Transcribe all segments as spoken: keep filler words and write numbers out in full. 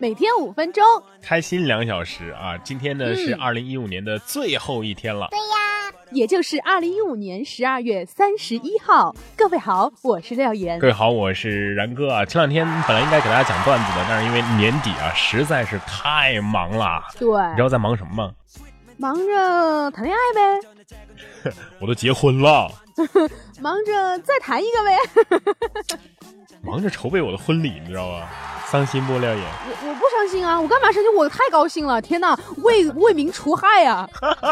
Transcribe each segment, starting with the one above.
每天五分钟， 开心两小时啊！今天呢、嗯、是二零一五年的最后一天了。 对呀，也就是二零一五年十二月三十一号。各位好，我是廖岩。 各位好，我是然哥啊。前两天本来应该给大家讲段子的，但是因为年底啊，实在是太忙了。 对， 你知道在忙什么吗？ 忙着谈恋爱呗。 我都结婚了。 忙着再谈一个呗。 忙着筹备我的婚礼，你知道吗？伤心不，廖岩？ 我我不伤心啊，我干嘛伤心？我太高兴了！天哪，为为民除害啊！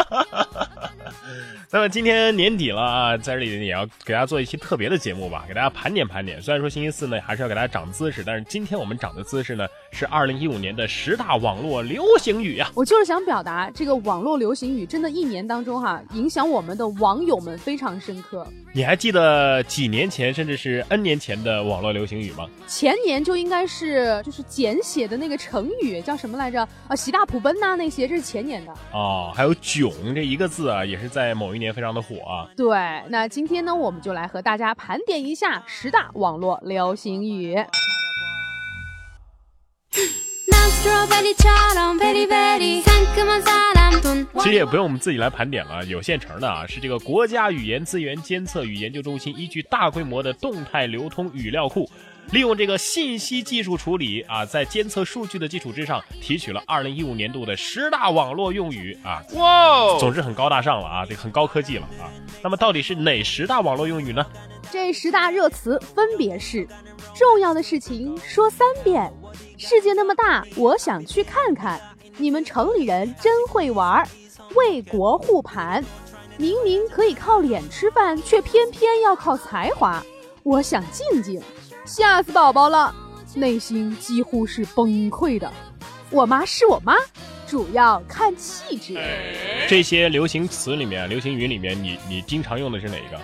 那么今天年底了啊，在这里也要给大家做一期特别的节目吧，给大家盘点盘点。虽然说星期四呢还是要给大家长姿势，但是今天我们长的姿势呢是二零一五年的十大网络流行语啊。 我就是想表达，这个网络流行语真的一年当中哈、啊，影响我们的网友们非常深刻。 你还记得几年前甚至是 N 年前的网络流行语吗？ 前年就应该是就是简写的那个成语叫什么来着？啊，喜大普奔呐、啊，那些这是前年的哦。还有囧这一个字啊，也是在某一年非常的火啊。 对，那今天呢，我们就来和大家盘点一下十大网络流行语。 其实也不用我们自己来盘点了，有现成的啊，是这个国家语言资源监测与研究中心依据大规模的动态流通语料库，利用这个信息技术处理啊，在监测数据的基础之上，提取了二零一五年度的十大网络用语啊。哇，总之很高大上了啊，这个很高科技了啊。那么到底是哪十大网络用语呢？ 这十大热词分别是：重要的事情说三遍，世界那么大，我想去看看，你们城里人真会玩，为国护盘，明明可以靠脸吃饭，却偏偏要靠才华，我想静静，吓死宝宝了，内心几乎是崩溃的，我妈是我妈，主要看气质。 这些流行词里面，流行语里面，你你经常用的是哪个？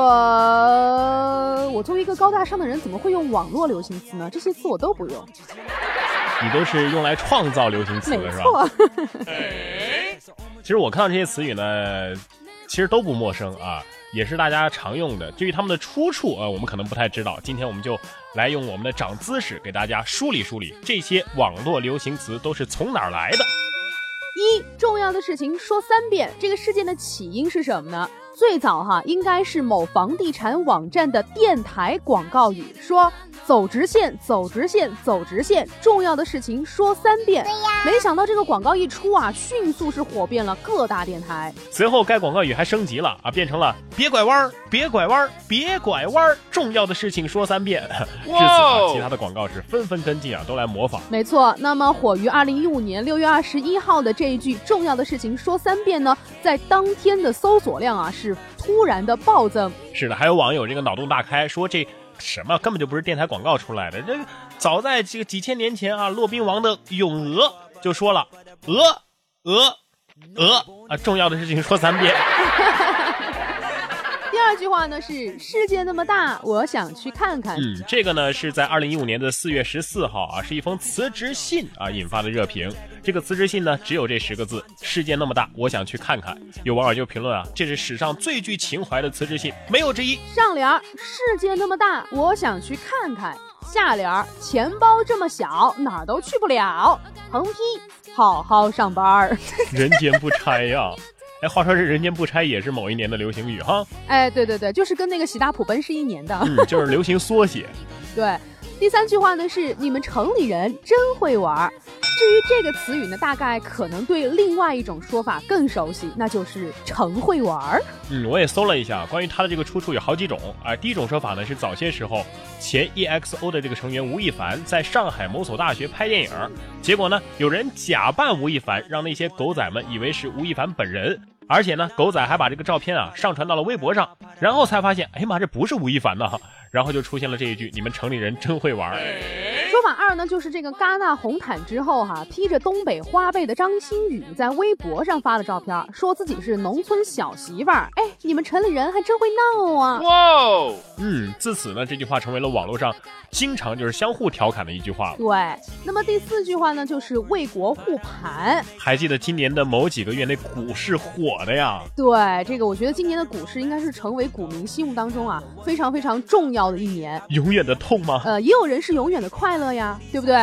我我作为一个高大上的人，怎么会用网络流行词呢？这些词我都不用。 你都是用来创造流行词的是吧？ 没错。 其实我看到这些词语呢，其实都不陌生啊，也是大家常用的。至于他们的出处啊，我们可能不太知道。今天我们就来用我们的长姿势给大家梳理梳理这些网络流行词都是从哪儿来的。 一，重要的事情说三遍，这个事件的起因是什么呢？最早哈，应该是某房地产网站的电台广告语，说走直线，走直线，走直线，重要的事情说三遍。对呀，没想到这个广告一出啊，迅速是火遍了各大电台。 随后该广告语还升级了啊，变成了别拐弯，别拐弯，别拐弯，重要的事情说三遍。至此啊，其他的广告是纷纷跟进啊，都来模仿。 没错，那么火于二零一五年六月二十一号的这一句重要的事情说三遍呢，在当天的搜索量啊是突然的暴增。 是的，还有网友这个脑洞大开，说这什么根本就不是电台广告出来的，这个早在这个几千年前啊，骆宾王的咏鹅就说了鹅鹅鹅啊，重要的事情说三遍。 第二句话呢是世界那么大，我想去看看。 嗯，这个呢是在二零一五年的四月十四号啊，是一封辞职信啊引发的热评。这个辞职信呢只有这十个字：世界那么大，我想去看看。有网友就评论啊，这是史上最具情怀的辞职信，没有之一。 上联世界那么大，我想去看看。下联钱包这么小，哪儿都去不了。横批好好上班。 人间不拆呀。哎，话说这人间不拆也是某一年的流行语哈。 哎，对对对，就是跟那个喜大普奔是一年的。 嗯，就是流行缩写。 对，第三句话呢是你们城里人真会玩。至于这个词语呢，大概可能对另外一种说法更熟悉，那就是城会玩。 嗯，我也搜了一下，关于它的这个出处有好几种啊、呃。第一种说法呢是早些时候前 E X O 的这个成员吴亦凡在上海某所大学拍电影，结果呢有人假扮吴亦凡，让那些狗仔们以为是吴亦凡本人。而且呢，狗仔还把这个照片啊上传到了微博上，然后才发现，哎呀妈，这不是吴亦凡呐，然后就出现了这一句：你们城里人真会玩。 说法二呢，就是这个戛纳红毯之后哈、啊，披着东北花被的张馨予在微博上发了照片，说自己是农村小媳妇儿。哎，你们城里人还真会闹啊！ 哇，嗯，自此呢，这句话成为了网络上经常就是相互调侃的一句话了。 对，那么第四句话呢，就是为国护盘。 还记得今年的某几个月那股市火的呀？ 对，这个我觉得今年的股市应该是成为股民心目当中啊非常非常重要的一年。 永远的痛吗？ 呃，也有人是永远的快乐呀，对不对？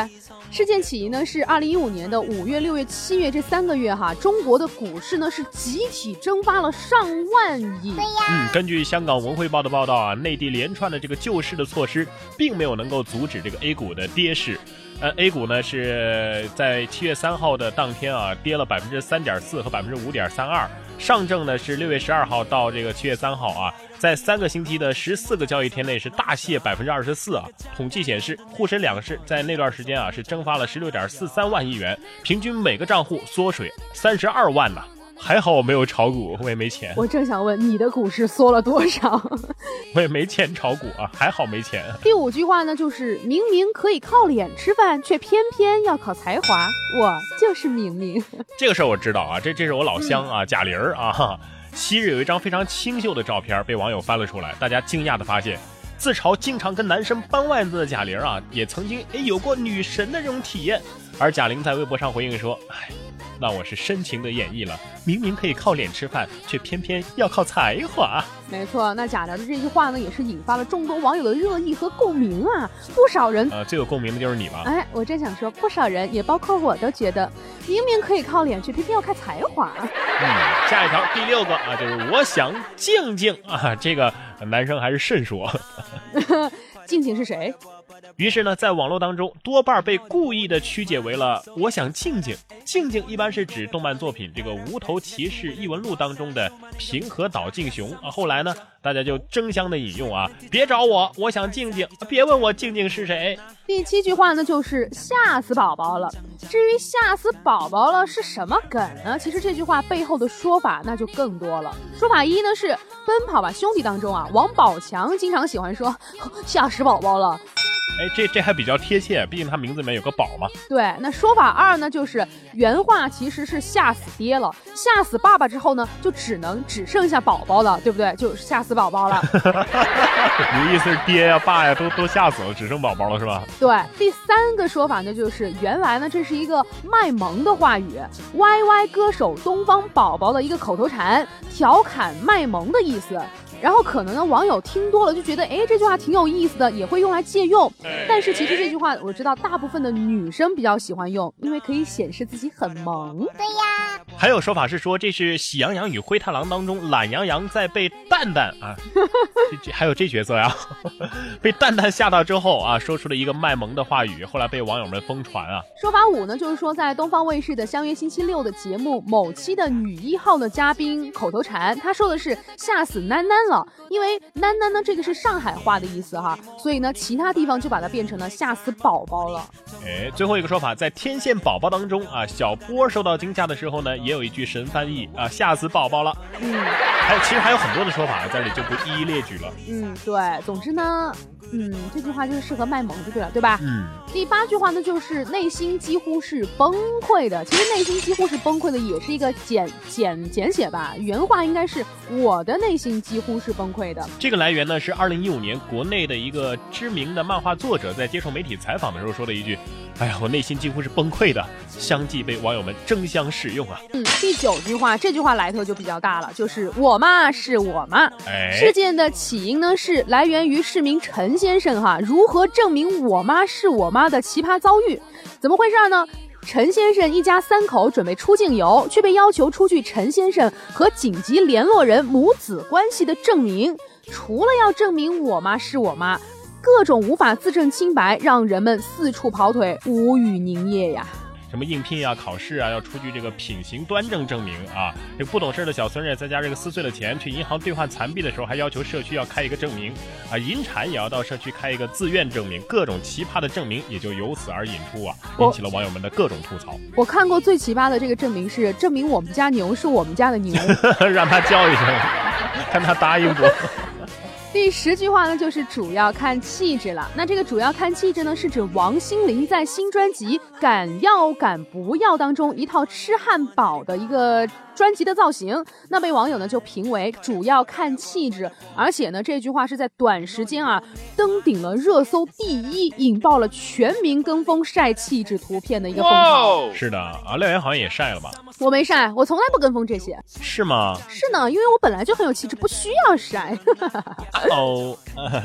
事件起因呢是二零一五年的五月、六月、七月这三个月哈，中国的股市呢是集体蒸发了上万亿。 对呀， 嗯，根据香港文汇报的报道啊，内地连串的这个救市的措施，并没有能够阻止这个 A 股的跌势。呃 ，A 股呢是在七月三号的当天啊，跌了百分之三点四和百分之五点三二。上证呢是六月十二号到这个七月三号啊，在三个星期的十四个交易天内是大泻百分之二十四啊。统计显示，沪深两市在那段时间啊是蒸发了十六点四三万亿元，平均每个账户缩水三十二万呢。还好我没有炒股，我也没钱。 我正想问你的股市缩了多少？ 我也没钱炒股啊，还好没钱。 第五句话呢，就是明明可以靠脸吃饭，却偏偏要靠才华。我就是明明。 这个事儿我知道啊，这这是我老乡啊，贾玲啊。昔日有一张非常清秀的照片被网友翻了出来，大家惊讶的发现，自嘲经常跟男生搬腕子的贾玲啊，也曾经诶有过女神的这种体验。而贾玲在微博上回应说：“哎。”那我是深情的演绎了，明明可以靠脸吃饭，却偏偏要靠才华。 没错，那贾玲的这句话呢，也是引发了众多网友的热议和共鸣啊。不少人， 呃，最有共鸣的就是你吧？ 哎，我正想说，不少人，也包括我，都觉得明明可以靠脸，却偏偏要靠才华。 嗯，下一条第六个啊，就是我想静静啊，这个男生还是慎说。 静静是谁？ 于是呢，在网络当中，多半被故意的曲解为了“我想静静”。静静一般是指动漫作品这个《无头骑士异闻录》当中的平和岛静雄啊。后来呢，大家就争相的引用啊，别找我，我想静静，别问我静静是谁。 第七句话呢，就是吓死宝宝了。至于吓死宝宝了是什么梗呢？其实这句话背后的说法那就更多了。说法一呢是《奔跑吧兄弟》当中啊，王宝强经常喜欢说吓死宝宝了。 哎，这这还比较贴切，毕竟他名字里面有个宝嘛。 对，那说法二呢，就是原话其实是吓死爹了，吓死爸爸之后呢，就只能只剩下宝宝了，对不对？就是吓死宝宝了。 你意思是爹呀、爸呀都都吓死了，只剩宝宝了是吧？ 对，第三个说法呢，就是原来呢这是一个卖萌的话语 ，Y Y 歌手东方宝宝的一个口头禅，调侃卖萌的意思。然后可能呢，网友听多了就觉得，哎，这句话挺有意思的，也会用来借用。但是其实这句话我知道大部分的女生比较喜欢用，因为可以显示自己很萌。 对呀。 还有说法是说，这是《喜羊羊与灰太狼》当中懒羊羊在被蛋蛋啊，这这还有这角色呀，被蛋蛋吓到之后啊，说出了一个卖萌的话语，后来被网友们疯传啊。 说法五呢，就是说在东方卫视的《相约星期六》的节目某期的女一号的嘉宾口头禅，他说的是吓死囡囡了，因为囡囡呢这个是上海话的意思哈，所以呢其他地方就把它变成了吓死宝宝了。 哎，最后一个说法，在天线宝宝当中啊，小波受到惊吓的时候呢，也有一句神翻译啊，吓死宝宝了。嗯，还有其实还有很多的说法，在这里就不一一列举了。 嗯，对，总之呢，嗯，这句话就是适合卖萌就对了，对吧？ 嗯。 第八句话呢，就是内心几乎是崩溃的。其实内心几乎是崩溃的，也是一个简简简写吧。原话应该是我的内心几乎是崩溃的。 这个来源呢是二零一五年国内的一个知名的漫画作者在接受媒体采访的时候说的一句：“哎呀，我内心几乎是崩溃的。”相继被网友们争相使用啊。 嗯，第九句话，这句话来头就比较大了，就是我妈是我妈。 哎， 事件的起因呢是来源于市民陈先生哈如何证明我妈是我妈的奇葩遭遇。怎么回事呢？陈先生一家三口准备出境游，却被要求出具陈先生和紧急联络人母子关系的证明。除了要证明我妈是我妈，各种无法自证清白，让人们四处跑腿，无语凝噎呀。 什么应聘啊、考试啊，要出具这个品行端正证明啊。这个不懂事的小孙子在家这个撕碎了钱去银行兑换残币的时候，还要求社区要开一个证明啊。引产也要到社区开一个自愿证明，各种奇葩的证明也就由此而引出啊，引起了网友们的各种吐槽。 我看过最奇葩的这个证明是证明我们家牛是我们家的牛， 让他叫一声，看他答应不。 第十句话呢，就是主要看气质了。那这个主要看气质呢，是指王心凌在新专辑《敢要敢不要》当中一套吃汉堡的一个专辑的造型。那被网友呢就评为主要看气质，而且呢这句话是在短时间啊登顶了热搜第一，引爆了全民跟风晒气质图片的一个风潮。 是的啊，廖岩好像也晒了吧？ 我没晒，我从来不跟风这些。 是吗？ 是呢，因为我本来就很有气质，不需要晒。 哦，呃，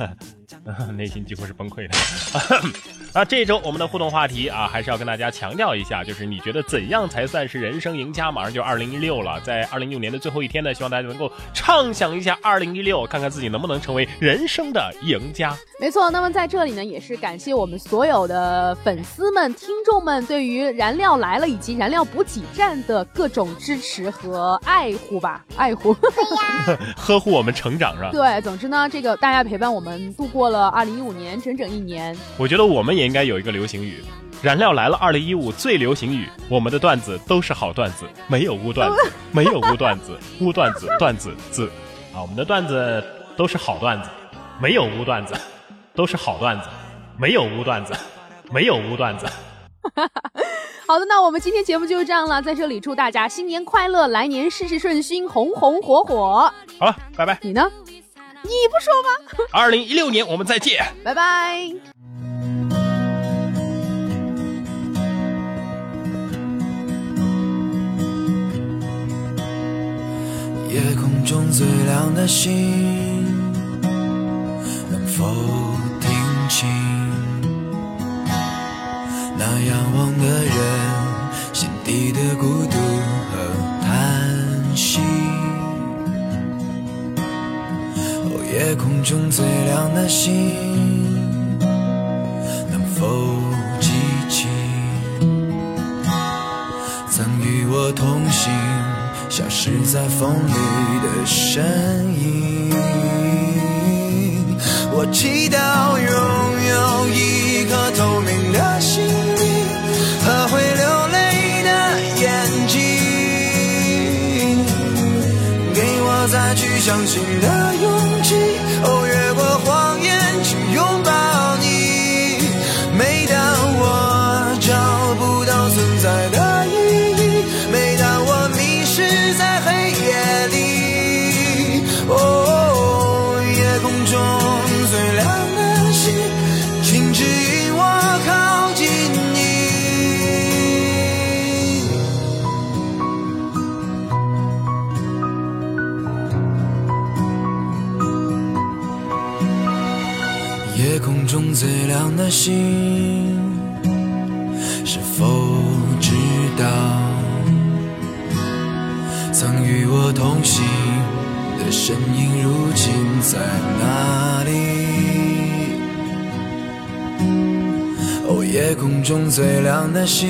内心几乎是崩溃的。啊，这周我们的互动话题啊，还是要跟大家强调一下，就是你觉得怎样才算是人生赢家？马上就二零一六了，在二零一六年的最后一天呢，希望大家能够畅想一下二零一六，看看自己能不能成为人生的赢家。 没错，那么在这里呢，也是感谢我们所有的粉丝们、听众们对于燃料来了以及燃料补给站的各种支持和爱护吧，爱护， 呵护我们成长上。 对，总之呢，这个大家陪伴我们度过了二零一五年整整一年。 我觉得我们也应该有一个流行语，燃料来了二零一五最流行语，我们的段子都是好段子，没有污段子，没有污段子，污段子段子字啊，我们的段子都是好段子，没有污段子，都是好段子，没有污段子，没有污段子。 好的，那我们今天节目就是这样了，在这里祝大家新年快乐，来年事事顺心，红红火火。 好了，拜拜。 你呢？你不说吗？ 二零一六年我们再见， 拜拜。 夜空中最亮的星，能否听清那仰望的人心底的孤独和叹息？哦，夜空中最亮的星，能否记起曾与我同行消失在风里的身影？我祈祷拥有一颗透明的心灵和会流泪的眼睛，给我再去相信的勇气，哦，越过谎言去拥抱你。每当我找不到存在的意义，每当我迷失在黑夜里，哦，夜空中最亮的星，请指引我靠近你。夜空中最亮的星，是否知道曾与我同行的身影如今在哪里？哦，夜空中最亮的星，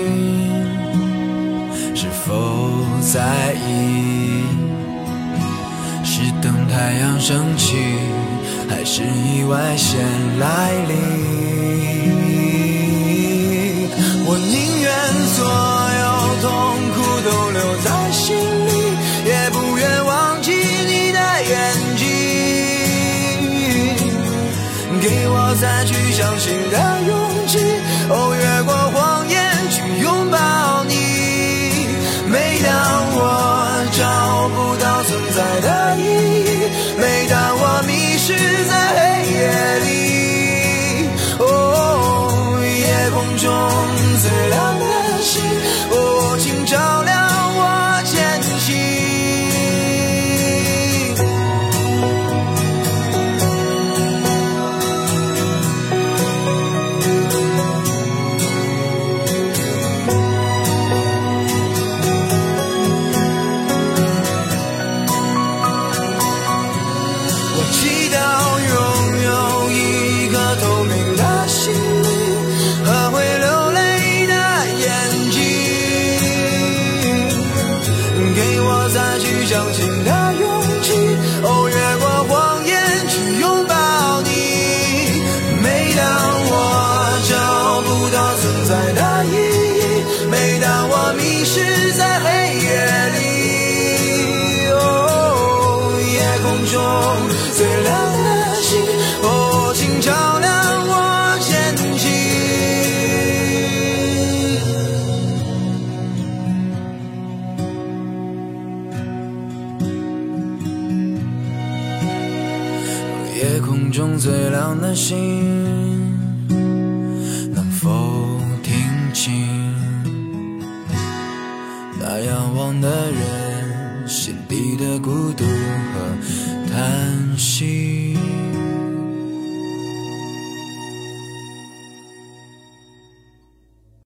是否在意是等太阳升起，还是意外先来临？我宁愿所有痛苦都留在心里，也不愿忘记你的眼睛，给我再去相信的勇气，哦，越过谎言去拥抱你。每当我找不到存在的意义，每当我迷失在黑夜里，哦，夜空中最亮的星，哦，请照亮我前行。相信的勇气，哦，越过谎言去拥抱你。每当我找不到存在的意义，每当我迷失在黑夜里，哦，夜空中最亮的星，哦，请照亮我前行。夜空中最亮的星，能否听清那仰望的人心底的孤独